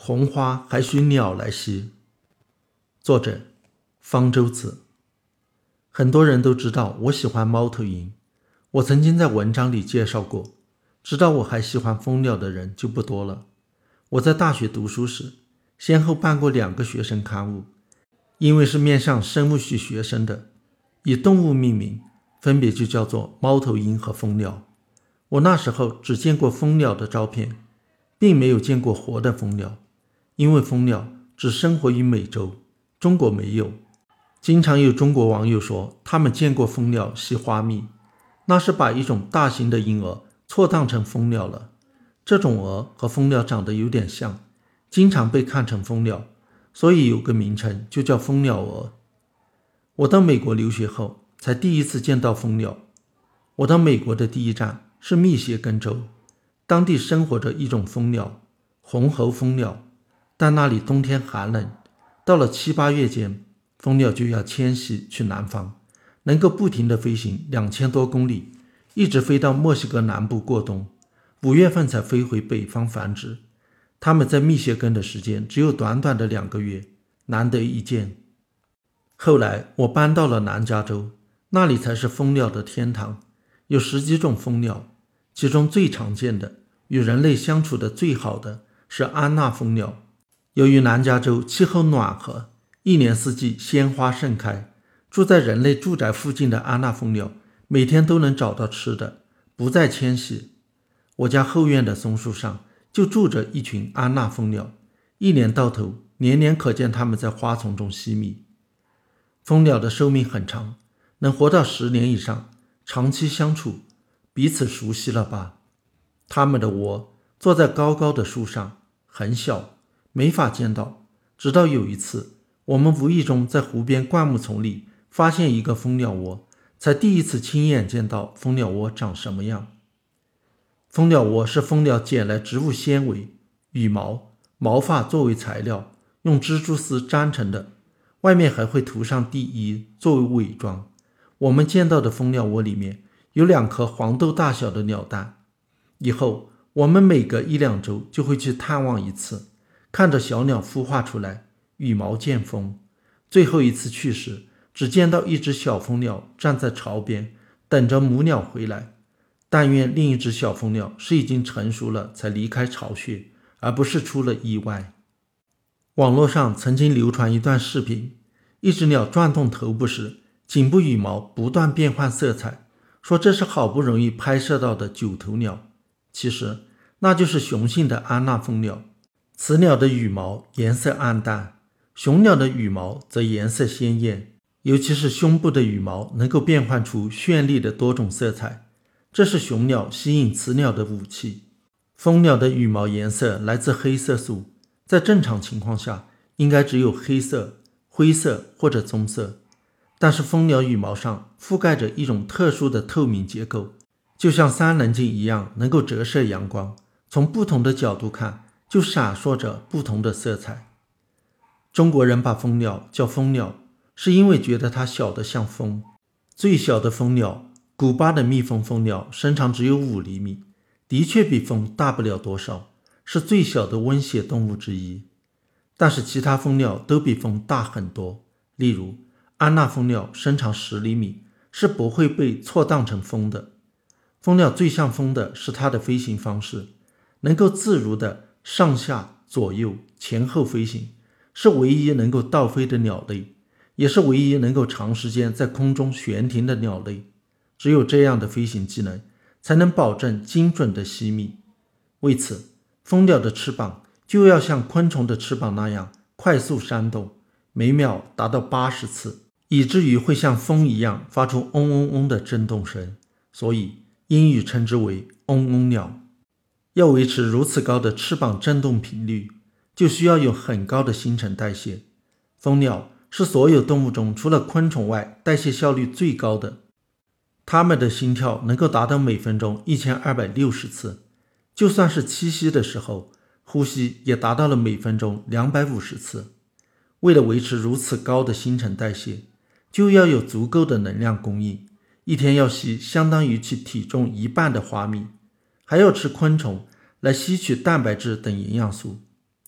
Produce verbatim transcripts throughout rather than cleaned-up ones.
红花还需鸟来吸。作者方舟子。很多人都知道我喜欢猫头鹰，我曾经在文章里介绍过，知道我还喜欢蜂鸟的人就不多了。我在大学读书时，先后办过两个学生刊物，因为是面向生物系学生的，以动物命名，分别就叫做猫头鹰和蜂鸟。我那时候只见过蜂鸟的照片，并没有见过活的蜂鸟，因为蜂鸟只生活于美洲，中国没有。经常有中国网友说他们见过蜂鸟吸花蜜，那是把一种大型的鹰蛾错当成蜂鸟了。这种蛾和蜂鸟长得有点像，经常被看成蜂鸟，所以有个名称就叫蜂鸟蛾。我到美国留学后才第一次见到蜂鸟。我到美国的第一站是密歇根州，当地生活着一种蜂鸟，红喉蜂鸟，但那里冬天寒冷，到了七八月间，蜂鸟就要迁徙去南方，能够不停地飞行两千多公里，一直飞到墨西哥南部过冬，五月份才飞回北方繁殖。它们在密歇根的时间只有短短的两个月，难得一见。后来我搬到了南加州，那里才是蜂鸟的天堂，有十几种蜂鸟，其中最常见的、与人类相处的最好的是安娜蜂鸟。由于南加州气候暖和，一年四季鲜花盛开，住在人类住宅附近的安娜蜂鸟每天都能找到吃的，不再迁徙。我家后院的松树上就住着一群安娜蜂鸟，一年到头年年可见它们在花丛中吸蜜。蜂鸟的寿命很长，能活到十年以上，长期相处，彼此熟悉了吧。它们的窝坐在高高的树上，很小，没法见到。直到有一次，我们无意中在湖边灌木丛里发现一个蜂鸟窝，才第一次亲眼见到蜂鸟窝长什么样。蜂鸟窝是蜂鸟捡来植物纤维、羽毛、毛发作为材料，用蜘蛛丝粘成的，外面还会涂上地衣作为伪装。我们见到的蜂鸟窝里面有两颗黄豆大小的鸟蛋。以后我们每隔一两周就会去探望一次，看着小鸟孵化出来，羽毛见丰。最后一次去时，只见到一只小蜂鸟站在巢边，等着母鸟回来。但愿另一只小蜂鸟是已经成熟了才离开巢穴，而不是出了意外。网络上曾经流传一段视频，一只鸟转动头部时，颈部羽毛不断变换色彩，说这是好不容易拍摄到的九头鸟。其实那就是雄性的安娜蜂鸟。雌鸟的羽毛颜色暗淡，雄鸟的羽毛则颜色鲜艳，尤其是胸部的羽毛能够变换出绚丽的多种色彩，这是雄鸟吸引雌鸟的武器。蜂鸟的羽毛颜色来自黑色素，在正常情况下应该只有黑色、灰色或者棕色，但是蜂鸟羽毛上覆盖着一种特殊的透明结构，就像三棱镜一样，能够折射阳光，从不同的角度看就闪烁着不同的色彩。中国人把蜂鸟叫蜂鸟，是因为觉得它小得像蜂。最小的蜂鸟，古巴的蜜蜂蜂鸟身长只有五厘米，的确比蜂大不了多少，是最小的温血动物之一。但是其他蜂鸟都比蜂大很多，例如安娜蜂鸟身长十厘米，是不会被错当成蜂的。蜂鸟最像蜂的是它的飞行方式，能够自如的上下左右前后飞行，是唯一能够倒飞的鸟类，也是唯一能够长时间在空中悬停的鸟类。只有这样的飞行技能，才能保证精准的吸蜜。为此，蜂鸟的翅膀就要像昆虫的翅膀那样快速扇动，每秒达到八十次，以至于会像风一样发出嗡嗡嗡的震动声，所以英语称之为嗡嗡鸟。要维持如此高的翅膀振动频率，就需要有很高的新陈代谢。蜂鸟是所有动物中除了昆虫外代谢效率最高的，它们的心跳能够达到每分钟一千二百六十次，就算是栖息的时候，呼吸也达到了每分钟两百五十次。为了维持如此高的新陈代谢，就要有足够的能量供应，一天要吸相当于其体重一半的花蜜，还要吃昆虫来吸取蛋白质等营养素。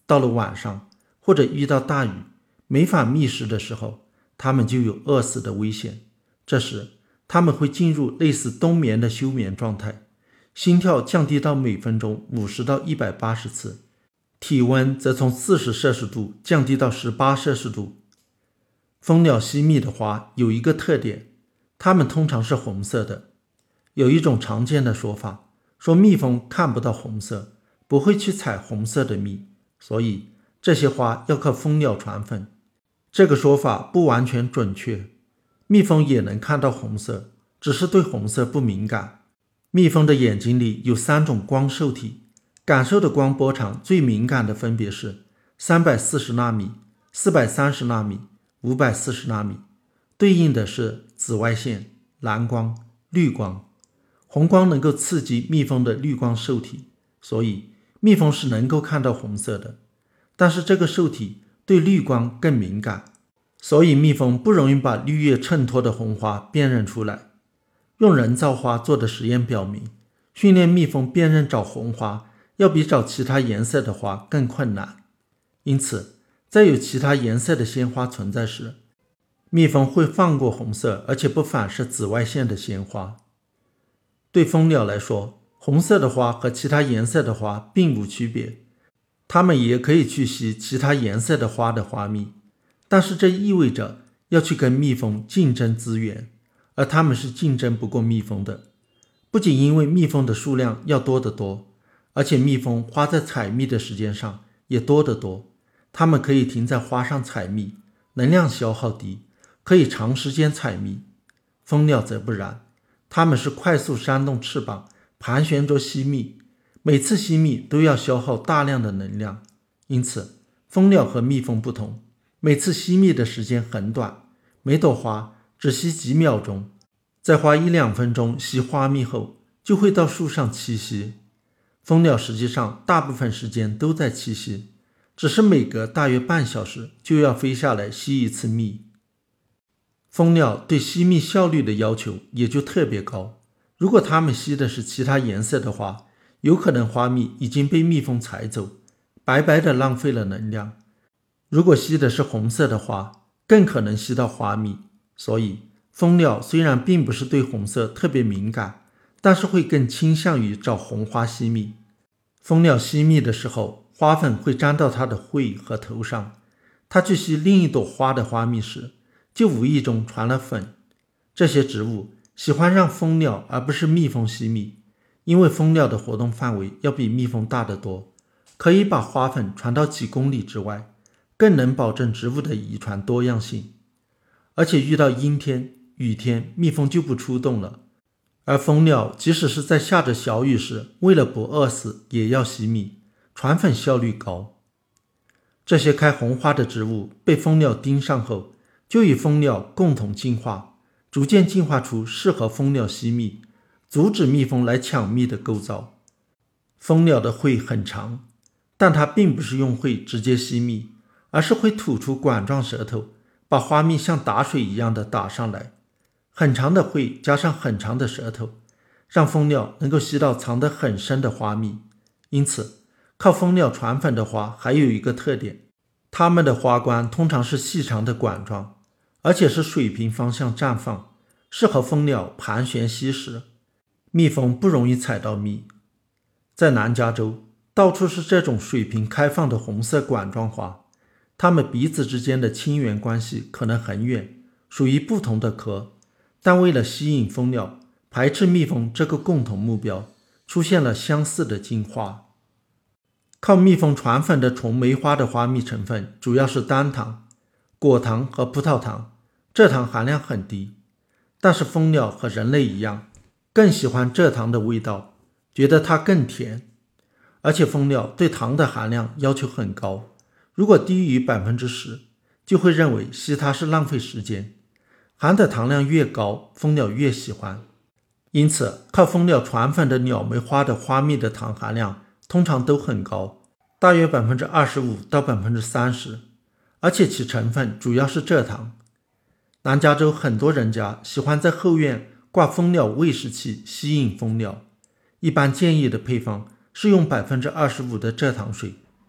到了晚上或者遇到大雨没法觅食的时候，它们就有饿死的危险。这时它们会进入类似冬眠的休眠状态，心跳降低到每分钟五十到一百八十次，体温则从四十摄氏度降低到十八摄氏度。蜂鸟吸蜜的花有一个特点，它们通常是红色的。有一种常见的说法，说蜜蜂看不到红色，不会去采红色的蜜，所以这些花要靠蜂鸟传粉。这个说法不完全准确，蜜蜂也能看到红色，只是对红色不敏感。蜜蜂的眼睛里有三种光受体，感受的光波长最敏感的分别是三百四十纳米、四百三十纳米、五百四十纳米，对应的是紫外线、蓝光、绿光。红光能够刺激蜜蜂的绿光受体，所以蜜蜂是能够看到红色的，但是这个受体对绿光更敏感，所以蜜蜂不容易把绿叶衬托的红花辨认出来。用人造花做的实验表明，训练蜜蜂辨认找红花要比找其他颜色的花更困难。因此，在有其他颜色的鲜花存在时，蜜蜂会放过红色而且不反射紫外线的鲜花。对蜂鸟来说，红色的花和其他颜色的花并无区别，它们也可以去吸其他颜色的花的花蜜，但是这意味着要去跟蜜蜂竞争资源，而它们是竞争不过蜜蜂的。不仅因为蜜蜂的数量要多得多，而且蜜蜂花在采蜜的时间上也多得多。它们可以停在花上采蜜，能量消耗低，可以长时间采蜜。蜂鸟则不然，它们是快速扇动翅膀，盘旋着吸蜜，每次吸蜜都要消耗大量的能量。因此，蜂鸟和蜜蜂不同，每次吸蜜的时间很短，每朵花只吸几秒钟，在花一两分钟吸花蜜后，就会到树上栖息。蜂鸟实际上大部分时间都在栖息，只是每隔大约半小时就要飞下来吸一次蜜。蜂鸟对吸蜜效率的要求也就特别高，如果它们吸的是其他颜色的花，有可能花蜜已经被蜜蜂采走，白白的浪费了能量。如果吸的是红色的花，更可能吸到花蜜。所以蜂鸟虽然并不是对红色特别敏感，但是会更倾向于找红花吸蜜。蜂鸟吸蜜的时候，花粉会沾到它的喙和头上，它去吸另一朵花的花蜜时，就无意中传了粉。这些植物喜欢让蜂鸟而不是蜜蜂吸蜜，因为蜂鸟的活动范围要比蜜蜂大得多，可以把花粉传到几公里之外，更能保证植物的遗传多样性。而且遇到阴天、雨天，蜜蜂就不出动了，而蜂鸟即使是在下着小雨时，为了不饿死也要吸蜜，传粉效率高。这些开红花的植物被蜂鸟盯上后，就与蜂鸟共同进化，逐渐进化出适合蜂鸟吸蜜，阻止蜜蜂来抢蜜的构造。蜂鸟的喙很长，但它并不是用喙直接吸蜜，而是会吐出管状舌头，把花蜜像打水一样的打上来。很长的喙加上很长的舌头，让蜂鸟能够吸到藏得很深的花蜜。因此，靠蜂鸟传粉的花还有一个特点，它们的花冠通常是细长的管状，而且是水平方向绽放，适合蜂鸟盘旋吸食。蜜蜂不容易采到蜜。在南加州，到处是这种水平开放的红色管状花，它们彼此之间的亲缘关系可能很远，属于不同的科，但为了吸引蜂鸟，排斥蜜蜂这个共同目标，出现了相似的进化。靠蜜蜂传粉的虫梅花的花蜜成分主要是单糖、果糖和葡萄糖，蔗糖含量很低。但是蜂鸟和人类一样，更喜欢蔗糖的味道，觉得它更甜。而且蜂鸟对糖的含量要求很高，如果低于 百分之十， 就会认为吸它是浪费时间。含的糖量越高，蜂鸟越喜欢。因此，靠蜂鸟传粉的鸟梅花的花蜜的糖含量通常都很高，大约 百分之二十五 到 百分之三十， 而且其成分主要是蔗糖。南加州很多人家喜欢在后院挂蜂鸟喂食器吸引蜂鸟，一般建议的配方是用 百分之二十五 的蔗糖水，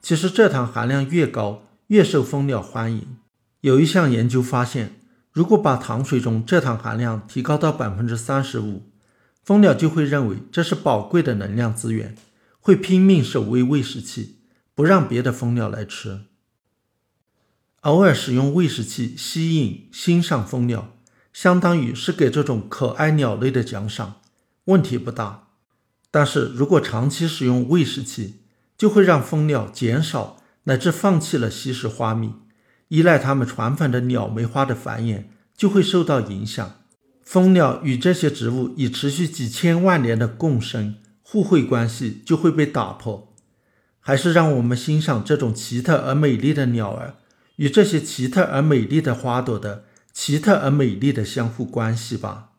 其实蔗糖含量越高，越受蜂鸟欢迎。有一项研究发现，如果把糖水中蔗糖含量提高到 百分之三十五， 蜂鸟就会认为这是宝贵的能量资源，会拼命守卫喂食器，不让别的蜂鸟来吃。偶尔使用喂食器吸引欣赏蜂鸟，相当于是给这种可爱鸟类的奖赏，问题不大。但是如果长期使用喂食器，就会让蜂鸟减少乃至放弃了吸食花蜜，依赖它们传粉的鸟梅花的繁衍就会受到影响。蜂鸟与这些植物已持续几千万年的共生互惠关系就会被打破。还是让我们欣赏这种奇特而美丽的鸟儿与这些奇特而美丽的花朵的奇特而美丽的相互关系吧。